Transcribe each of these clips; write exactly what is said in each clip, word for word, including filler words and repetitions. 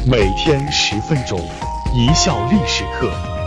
每天十分钟，一笑历史课。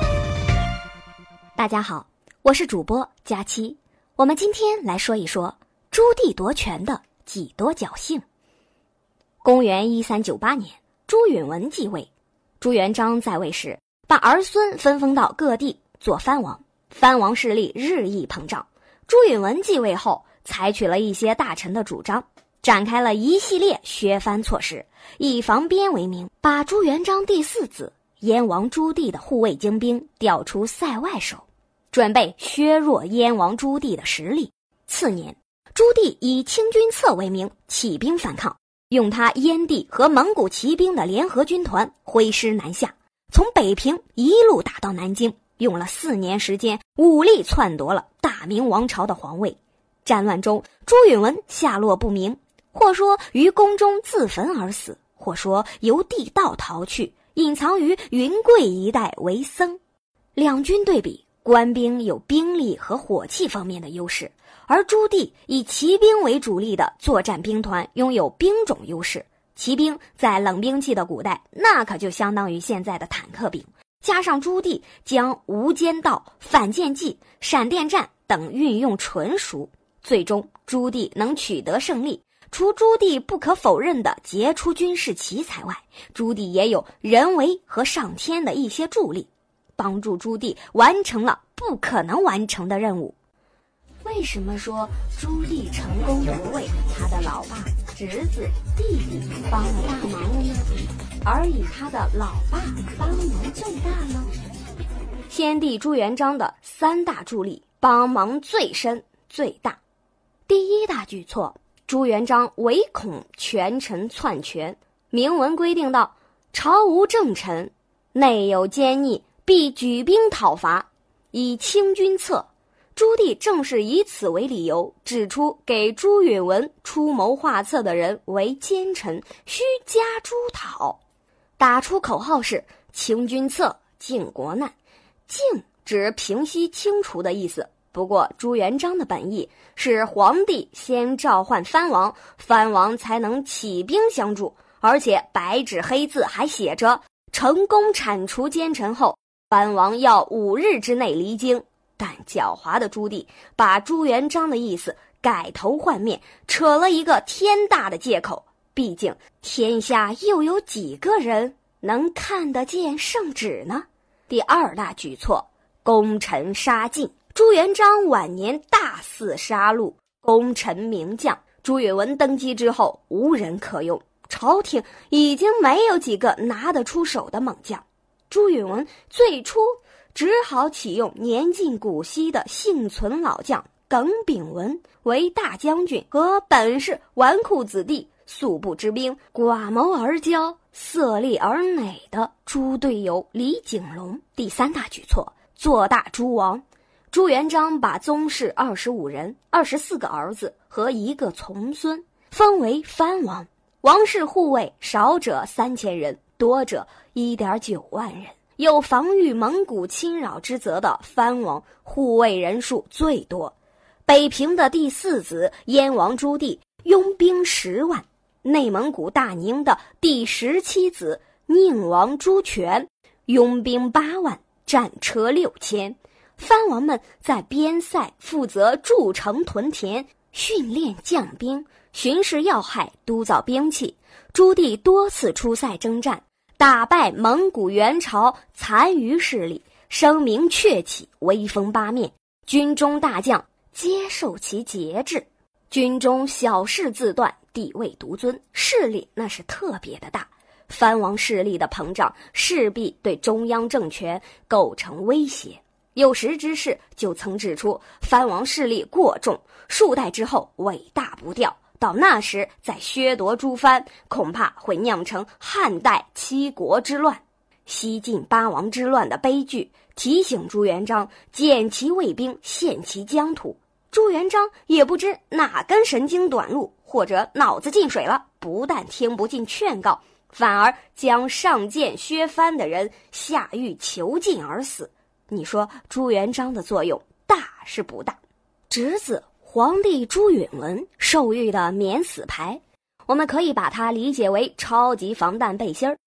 大家好，我是主播佳期。我们今天来说一说朱棣夺权的几多侥幸。公元一三九八年，朱允炆继位。朱元璋在位时，把儿孙分封到各地做藩王，藩王势力日益膨胀。朱允炆继位后，采取了一些大臣的主张，展开了一系列削藩措施，以防边为名，把朱元璋第四子燕王朱棣的护卫精兵调出塞外守，准备削弱燕王朱棣的实力。次年，朱棣以清君侧为名起兵反抗，用他燕地和蒙古骑兵的联合军团挥师南下，从北平一路打到南京，用了四年时间，武力篡夺了大明王朝的皇位。战乱中，朱允炆下落不明，或说于宫中自焚而死，或说由地道逃去，隐藏于云贵一带为僧。两军对比，官兵有兵力和火器方面的优势，而朱棣以骑兵为主力的作战兵团拥有兵种优势。骑兵在冷兵器的古代，那可就相当于现在的坦克兵，加上朱棣将无间道、反间计、闪电战等运用纯熟，最终朱棣能取得胜利。除朱棣不可否认的杰出军事奇才外，朱棣也有人为和上天的一些助力，帮助朱棣完成了不可能完成的任务。为什么说朱棣成功夺位，他的老爸、侄子、弟弟帮了大忙了呢？而以他的老爸帮忙最大呢？先帝朱元璋的三大助力帮忙最深最大。第一大举措，朱元璋唯恐权臣篡权，明文规定道：朝无正臣，内有奸逆，必举兵讨伐，以清君侧。朱棣正是以此为理由，指出给朱允炆出谋划策的人为奸臣，需加诛讨。打出口号是清君侧，靖国难。靖指平息清除的意思，不过朱元璋的本意是皇帝先召唤藩王，藩王才能起兵相助，而且白纸黑字还写着成功铲除奸臣后，藩王要五日之内离京。但狡猾的朱棣把朱元璋的意思改头换面，扯了一个天大的借口。毕竟天下又有几个人能看得见圣旨呢？第二大举措，功臣杀尽。朱元璋晚年大肆杀戮功臣名将，朱允炆登基之后无人可用，朝廷已经没有几个拿得出手的猛将。朱允炆最初只好启用年近古稀的幸存老将耿炳文为大将军，和本是纨绔子弟、素部之兵、寡谋而骄、色厉而馁的猪队友李景龙。第三大举措，做大朱王。朱元璋把宗室二十五人、二十四个儿子和一个从孙封为藩王，王室护卫少者三千人，多者一点九万人。有防御蒙古侵扰之责的藩王护卫人数最多。北平的第四子燕王朱棣拥兵十万，内蒙古大宁的第十七子宁王朱权拥兵八万，战车六千。藩王们在边塞负责筑城屯田，训练将兵，巡视要害，督造兵器。朱棣多次出塞征战，打败蒙古元朝残余势力，声名鹊起，威风八面，军中大将皆受其节制。军中小事自断，地位独尊，势力那是特别的大。藩王势力的膨胀势必对中央政权构成威胁。有识之士就曾指出，藩王势力过重，数代之后尾大不掉，到那时再削夺诸藩，恐怕会酿成汉代七国之乱、西晋八王之乱的悲剧，提醒朱元璋减其卫兵，限其疆土。朱元璋也不知哪根神经短路，或者脑子进水了，不但听不进劝告，反而将上谏削藩的人下狱囚禁而死。你说朱元璋的作用大是不大？侄子皇帝朱允炆授予的免死牌，我们可以把它理解为超级防弹背心儿。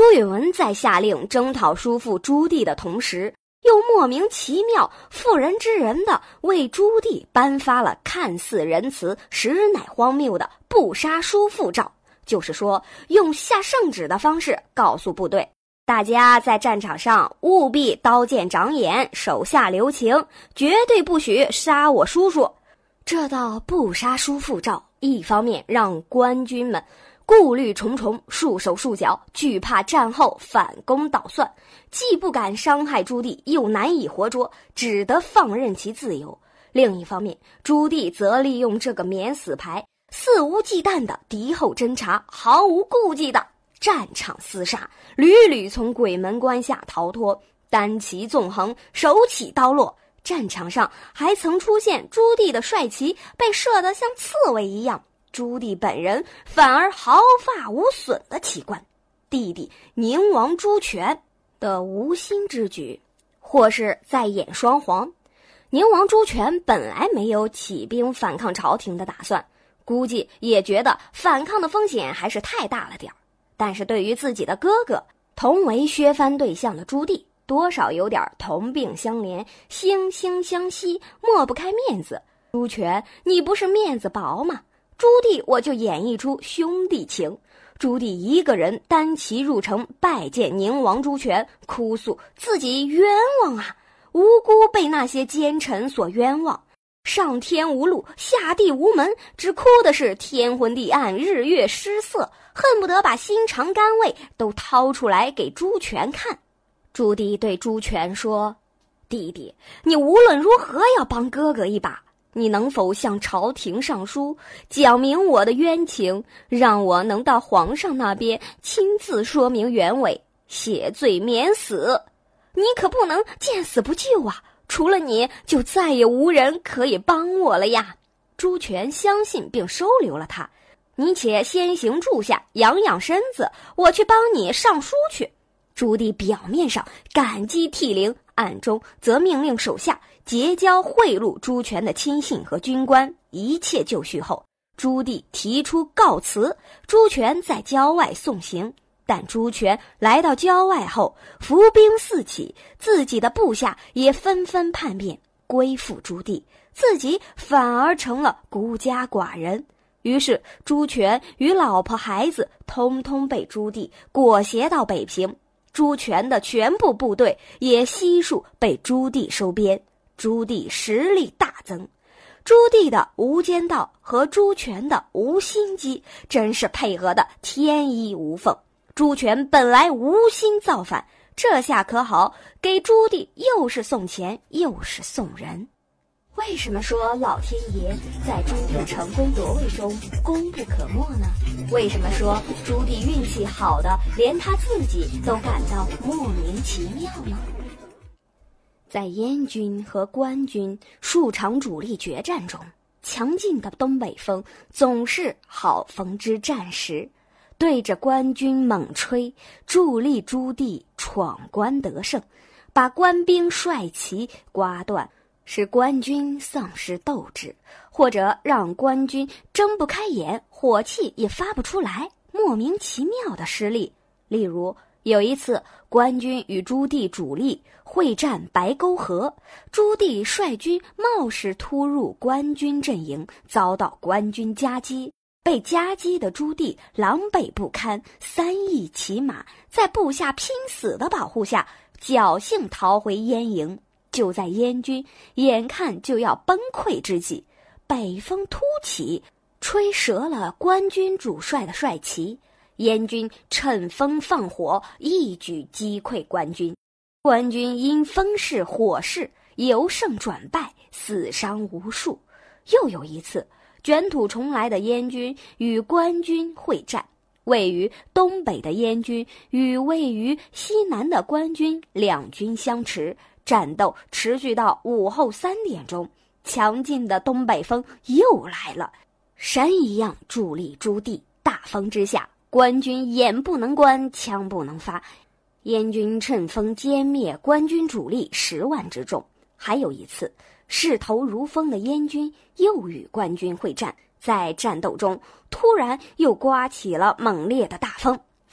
朱允炆在下令征讨叔父朱棣的同时，又莫名其妙妇人之仁地为朱棣颁发了看似仁慈实乃荒谬的不杀叔父诏，就是说用下圣旨的方式告诉部队，大家在战场上务必刀剑长眼，手下留情，绝对不许杀我叔叔。这道不杀叔父诏，一方面让官军们顾虑重重，束手束脚，惧怕战后反攻倒算，既不敢伤害朱棣，又难以活捉，只得放任其自由。另一方面，朱棣则利用这个免死牌，肆无忌惮的敌后侦察，毫无顾忌的战场厮杀，屡屡从鬼门关下逃脱，单骑纵横，手起刀落。战场上还曾出现朱棣的帅旗被射得像刺猬一样，朱棣本人反而毫发无损的奇观。弟弟宁王朱权的无心之举，或是在演双簧。宁王朱权本来没有起兵反抗朝廷的打算，估计也觉得反抗的风险还是太大了点儿。但是对于自己的哥哥，同为削藩对象的朱棣，多少有点同病相怜，惺惺相惜，抹不开面子。朱权，你不是面子薄吗？朱棣我就演绎出兄弟情。朱棣一个人单骑入城拜见宁王朱权，哭诉自己冤枉啊，无辜被那些奸臣所冤枉，上天无路，下地无门，只哭的是天昏地暗，日月失色，恨不得把心肠肝胃都掏出来给朱权看。朱棣对朱权说，弟弟，你无论如何要帮哥哥一把，你能否向朝廷上书，讲明我的冤情，让我能到皇上那边亲自说明原委，谢罪免死。你可不能见死不救啊，除了你就再也无人可以帮我了呀。朱权相信并收留了他，你且先行住下，养养身子，我去帮你上书去。朱棣表面上感激涕零，暗中则命令手下结交贿赂朱权的亲信和军官。一切就绪后，朱棣提出告辞，朱权在郊外送行。但朱权来到郊外后，伏兵四起，自己的部下也纷纷叛变，归附朱棣，自己反而成了孤家寡人。于是朱权与老婆孩子通通被朱棣裹挟到北平，朱权的全部部队也悉数被朱棣收编，朱棣实力大增。朱棣的无间道和朱权的无心机真是配合的天衣无缝。朱权本来无心造反，这下可好，给朱棣又是送钱又是送人。为什么说老天爷在朱棣成功夺位中功不可没呢？为什么说朱棣运气好的连他自己都感到莫名其妙呢？在燕军和官军数场主力决战中，强劲的东北风总是好风之战时，对着官军猛吹，助力朱棣闯关得胜，把官兵帅旗刮断，使官军丧失斗志，或者让官军睁不开眼，火气也发不出来，莫名其妙的失利。例如有一次，官军与朱棣主力会战白沟河，朱棣率军冒失突入官军阵营，遭到官军夹击，被夹击的朱棣狼狈不堪，三翼骑马，在部下拼死的保护下，侥幸逃回燕营。就在燕军眼看就要崩溃之际，北风突起，吹折了官军主帅的帅旗，燕军趁风放火，一举击溃官军。官军因风势火势由胜转败，死伤无数。又有一次，卷土重来的燕军与官军会战，位于东北的燕军与位于西南的官军两军相持，战斗持续到午后三点钟，强劲的东北风又来了，山一样助力朱棣。大风之下，官军眼不能关，枪不能发，燕军趁风歼灭官军主力十万之众。还有一次，势头如风的燕军又与官军会战，在战斗中突然又刮起了猛烈的大风，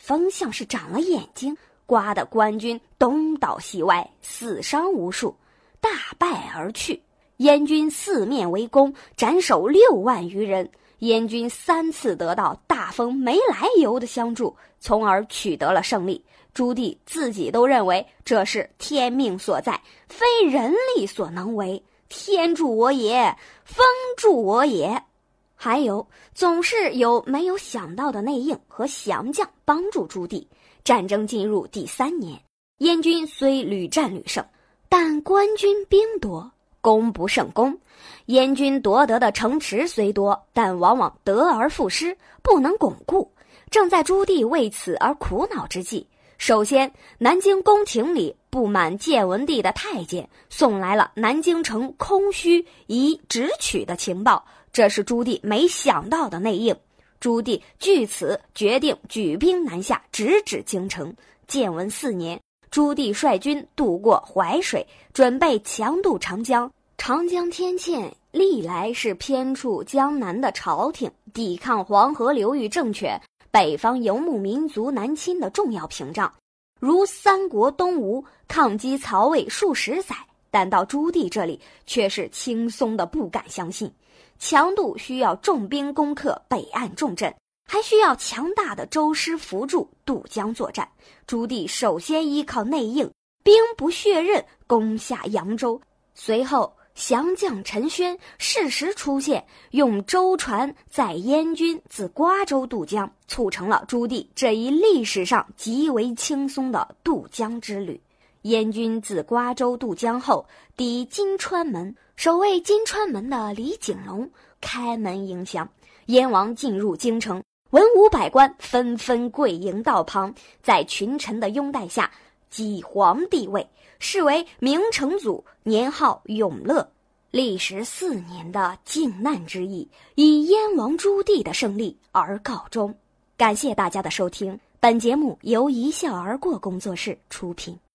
风像是长了眼睛，刮得官军东倒西歪，死伤无数，大败而去。燕军四面围攻，斩首六万余人。燕军三次得到大风没来由的相助，从而取得了胜利。朱棣自己都认为这是天命所在，非人力所能为，天助我也，风助我也。还有，总是有没有想到的内应和降将帮助朱棣。战争进入第三年，燕军虽屡战屡胜，但官军兵多，攻不胜攻。燕军夺得的城池虽多，但往往得而复失，不能巩固。正在朱棣为此而苦恼之际，首先南京宫廷里不满建文帝的太监送来了南京城空虚宜直取的情报，这是朱棣没想到的内应。朱棣据此决定举兵南下，直指京城。建文四年，朱棣率军渡过淮水，准备强渡长江。长江天堑历来是偏处江南的朝廷抵抗黄河流域政权、北方游牧民族南侵的重要屏障。如三国东吴抗击曹魏数十载，但到朱棣这里却是轻松的不敢相信。强渡需要重兵攻克北岸重镇，还需要强大的舟师辅助渡江作战。朱棣首先依靠内应，兵不血刃攻下扬州，随后降将陈宣适时出现，用舟船载燕军自瓜州渡江，促成了朱棣这一历史上极为轻松的渡江之旅。燕军自瓜州渡江后，抵金川门，守卫金川门的李景龙开门迎降。燕王进入京城，文武百官纷纷跪迎道旁，在群臣的拥戴下即皇帝位，是为明成祖，年号永乐。历时四年的靖难之役以燕王朱棣的胜利而告终。感谢大家的收听，本节目由一笑而过工作室出品。